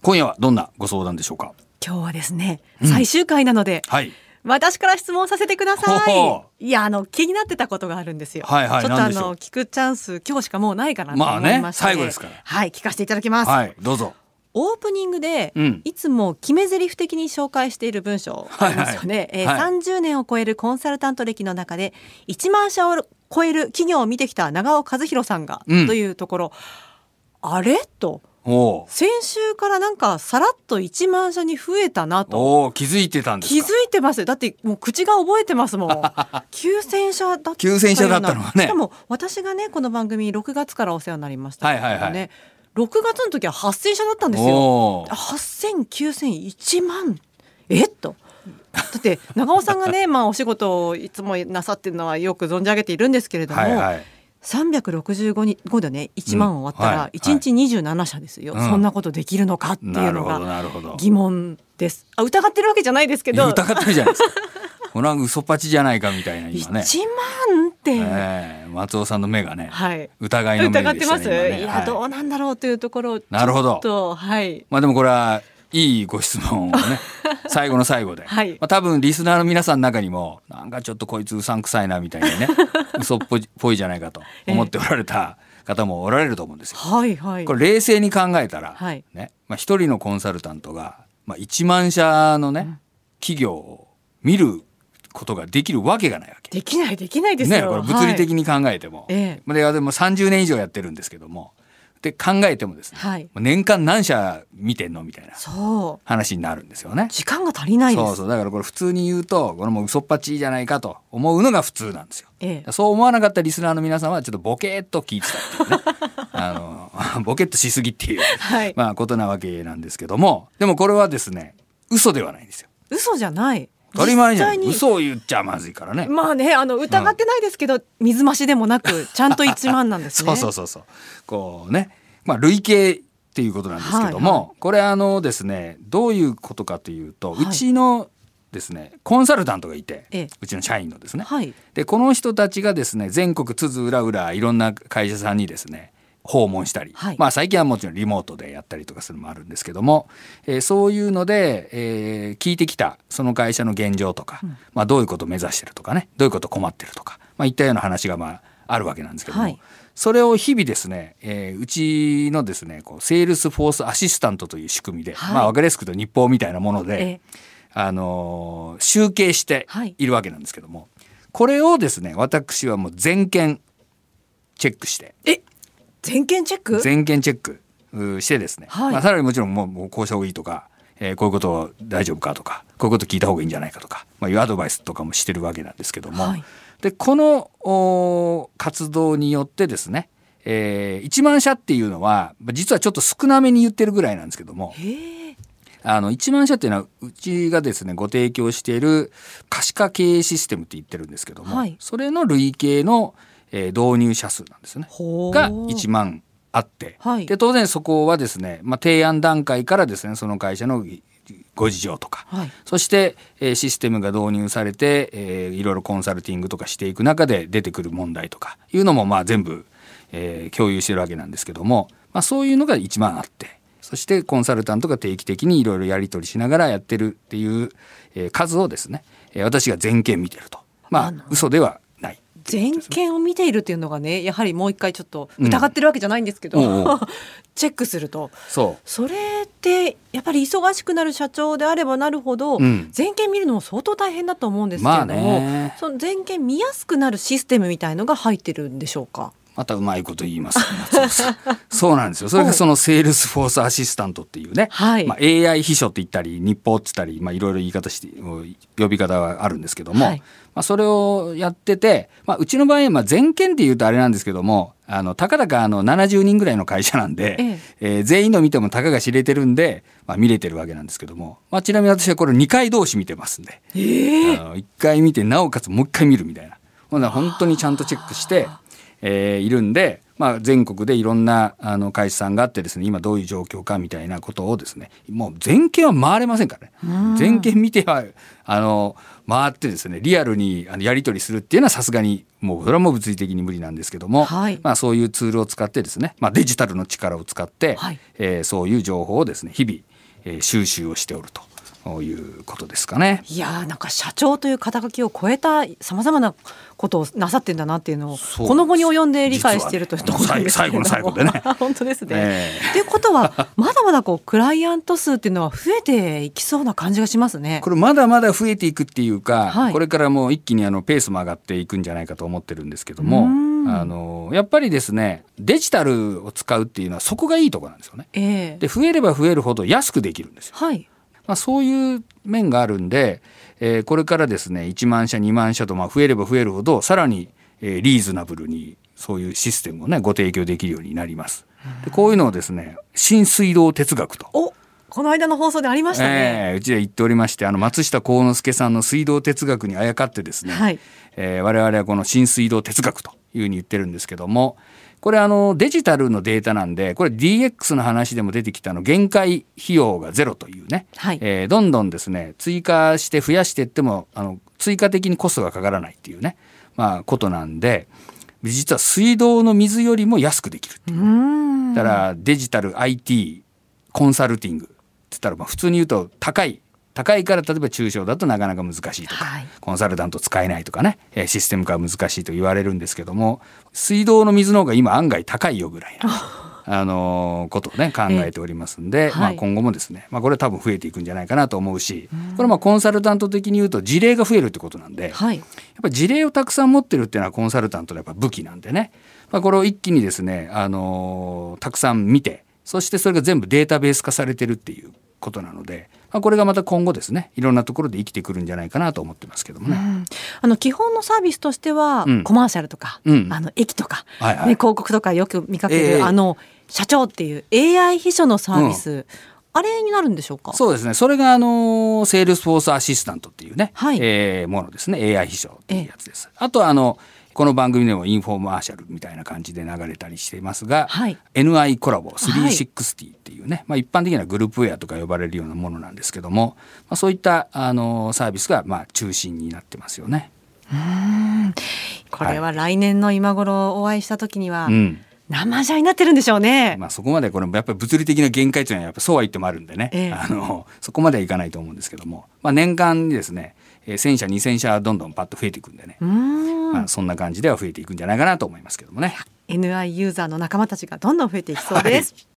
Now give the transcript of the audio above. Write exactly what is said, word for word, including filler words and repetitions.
今夜はどんなご相談でしょうか？ 今日はですね、うん、最終回なので、はい、私から質問させてください。ほほいやあの気になってたことがあるんですよ。はいはい、ちょっとあの聞くチャンス今日しかもうないかなと思いまして、まあね、 最後ですから、 はい、聞かせていただきます。 はい、どうぞ。 オープニングで、うん、いつも決め台詞的に紹介している文章ありますよね。はいはいえーはい、さんじゅうねんを超えるコンサルタント歴の中でいちまん社を超える企業を見てきた長尾和弘さんが、うん、というところ、あれと先週からなんかさらっといちまん社に増えたなと。 お気づいてたんですか？ 気づいてます。だってもう口が覚えてますもんきゅうせん社だったような。 きゅうせん社だったのはね。 しかも私がねこの番組ろくがつからお世話になりましたけどね、はいはいはい、ろくがつの時ははっせん社だったんですよ。はっせん、きゅうせん、いちまんえっとだって長尾さんがね、まあ、お仕事をいつもなさってるのはよく存じ上げているんですけれども、はいはいさんびゃくろくじゅうごでねいちまん終わったらいちにちにじゅうなな社ですよ、うんはいはい、そんなことできるのかっていうのが疑問です。あ疑ってるわけじゃないですけど。 疑ってるじゃないですかこれは嘘っぱちじゃないかみたいな今ねいちまんって、 えー、松尾さんの目がね、 はい、 疑いの目でしたね。 疑ってます、ね、いや、はい、どうなんだろうというところをちょっと。 なるほど、 はい、 まあ、でもこれはいいご質問をね最後の最後で、はいまあ、多分リスナーの皆さんの中にもなんかちょっとこいつうさんくさいなみたいなね嘘っぽいじゃないかと思っておられた方もおられると思うんですよ、 はいはい、 これ冷静に考えたら、はいねまあ、一人のコンサルタントが、まあ、いちまん社のね、うん、企業を見ることができるわけがないわけ。 できないできないですよ、 ね、これ物理的に考えても、はいええ、でもさんじゅうねん以上やってるんですけどもで考えてもですね、はい、年間何社見てんのみたいな話になるんですよね。 時間が足りないです。 そうそうだからこれ普通に言うとこれもう嘘っぱちじゃないかと思うのが普通なんですよ、ええ、そう思わなかったリスナーの皆さんはちょっとボケーっと聞いてたっていうねあのボケっとしすぎっていう、はいまあ、ことなわけなんですけども、でもこれはですね嘘ではないんですよ。 嘘じゃない、 当たり前じゃない。嘘を言っちゃまずいからね。 まあねあの疑ってないですけど、うん、水増しでもなくちゃんといちまんなんですねそうそうそうそうこうねまあ累計っていうことなんですけども、はいはい、これあのですねどういうことかというと、はい、うちのですねコンサルタントがいて、ええ、うちの社員のですね、はい、でこの人たちがですね全国津々浦々いろんな会社さんにですね訪問したり、はいまあ、最近はもちろんリモートでやったりとかするのもあるんですけども、えー、そういうので、えー、聞いてきたその会社の現状とか、うんまあ、どういうことを目指してるとかねどういうこと困ってるとか、まあ、いったような話がまああるわけなんですけども、はい、それを日々ですね、えー、うちのですねこうセールスフォースアシスタントという仕組みで、はいまあ、分かりやすく言うと日報みたいなもので、えーあのー、集計しているわけなんですけども、はい、これをですね私はもう全件チェックしてえ全件チェック全件チェックしてですね、はいまあ、さらにもちろんもう、もうこうした方がいいとか、えー、こういうこと大丈夫かとかこういうこと聞いた方がいいんじゃないかとか、まあ、いうアドバイスとかもしてるわけなんですけども、はい、でこの活動によってですね、えー、いちまん社っていうのは実はちょっと少なめに言ってるぐらいなんですけども、あのいちまん社っていうのはうちがですねご提供している可視化経営システムって言ってるんですけども、はい、それの累計のえー、導入者数なんですよねがいちまんあって、はい、で当然そこはですね、まあ、提案段階からですねその会社のご事情とか、はい、そして、えー、システムが導入されて、えー、いろいろコンサルティングとかしていく中で出てくる問題とかいうのもまあ全部、えー、共有してるわけなんですけども、まあ、そういうのがいちまんあって、そしてコンサルタントが定期的にいろいろやり取りしながらやってるっていう、えー、数をですね、えー、私が全件見てると、まあ嘘では全件を見ているっていうのがねやはりもう一回ちょっと疑ってるわけじゃないんですけど、うん、チェックすると そ, それってやっぱり忙しくなる社長であればなるほど、うん、全件見るのも相当大変だと思うんですけれども、まあ、その全件見やすくなるシステムみたいのが入ってるんでしょうか？ またうまいこと言いますそうなんですよ。それがそのセールスフォースアシスタントっていうね、はいまあ、エーアイ 秘書って言ったり日報って言ったり、まあ、いろいろ言い方して呼び方はあるんですけども、はいまあ、それをやってて、まあ、うちの場合はまあ全件っていうとあれなんですけどもあのたかだかあのななじゅうにんぐらいの会社なんで、えええー、全員の見てもたかが知れてるんで、まあ、見れてるわけなんですけども、まあ、ちなみに私はこれにかい同士見てますんで、えー、あのいっかい見てなおかつもういっかい見るみたいなほんなら本当にちゃんとチェックしてえー、いるんで、まあ、全国でいろんなあの会社さんがあってですね今どういう状況かみたいなことをですねもう全件は回れませんからね。全件見てはあの回ってですねリアルにあのやり取りするっていうのはさすがにもうそれはもう物理的に無理なんですけども、はいまあ、そういうツールを使ってですね、まあ、デジタルの力を使って、はいえー、そういう情報をですね日々 えー、収集をしておるということですかね。 いやー、なんか社長という肩書きを超えたさまざまなことをなさってんだなっていうのをこの後に及んで理解しているというところなんですけれども、 最後の最後でね本当ですね。 えー、 ということはまだまだこうクライアント数っていうのは増えていきそうな感じがしますね。 これまだまだ増えていくっていうか、 はい、 これからもう一気にあのペースも上がっていくんじゃないかと思ってるんですけども、あのやっぱりですね、デジタルを使うっていうのはそこがいいところなんですよね。 えー、 で増えれば増えるほど安くできるんですよ。 はい、 まあ、そういう面があるんで、えー、これからですねいちまん社にまん社とまあ増えれば増えるほどさらに、えー、リーズナブルにそういうシステムをねご提供できるようになります。でこういうのをですね新水道哲学と、 おこの間の放送でありましたね、 えー、うちで言っておりまして、あの松下幸之助さんの水道哲学にあやかってですね、はい、えー、我々はこの新水道哲学というふうに言ってるんですけども、これあのデジタルのデータなんで、これ ディーエックス の話でも出てきたの限界費用がゼロというね、はい、えー、どんどんですね追加して増やしていってもあの追加的にコストがかからないっていうね、まあ、ことなんで、実は水道の水よりも安くできるっていう、ね、だからデジタル アイティー コンサルティングって言ったらまあ普通に言うと高い高いから例えば中小だとなかなか難しいとか、はい、コンサルタント使えないとかね、システム化は難しいと言われるんですけども、水道の水の方が今案外高いよぐらいなあのー、ことをね考えておりますんで、えーまあ、今後もですね、まあ、これ多分増えていくんじゃないかなと思うし、これまあコンサルタント的に言うと事例が増えるってことなんで、はい、やっぱり事例をたくさん持ってるっていうのはコンサルタントのやっぱ武器なんでね、まあ、これを一気にですね、あのー、たくさん見て、そしてそれが全部データベース化されてるっていうことなので、まあ、これがまた今後ですねいろんなところで生きてくるんじゃないかなと思ってますけどもね、うん、 あの基本のサービスとしては、うん、コマーシャルとか、うん、あの駅とか、はいはい、ね、広告とかよく見かける、えー、あの社長っていう エーアイ 秘書のサービス、うん、あれになるんでしょうか。 そうですね、それがあのセールスフォースアシスタントっていうね、はい、えー、ものですね。 エーアイ 秘書っていうやつです、えー、あとはあのこの番組でもインフォマーシャルみたいな感じで流れたりしていますが、はい、エヌアイ コラボスリーシックスゼロっていうね、はい、まあ、一般的にはグループウェアとか呼ばれるようなものなんですけども、まあ、そういったあのサービスがまあ中心になってますよね。 うーん、これは来年の今頃お会いした時には、はい、うん、生じゃになってるんでしょうね。 まあ、そこまでこれやっぱり物理的な限界というのはやっぱそうは言ってもあるんでね、えー、あのそこまではいかないと思うんですけども、まあ、年間にですねせん社にせん社どんどんパッと増えていくんでね、うーん、まあ、そんな感じでは増えていくんじゃないかなと思いますけどもね。 エヌアイ ユーザーの仲間たちがどんどん増えていきそうです、はい。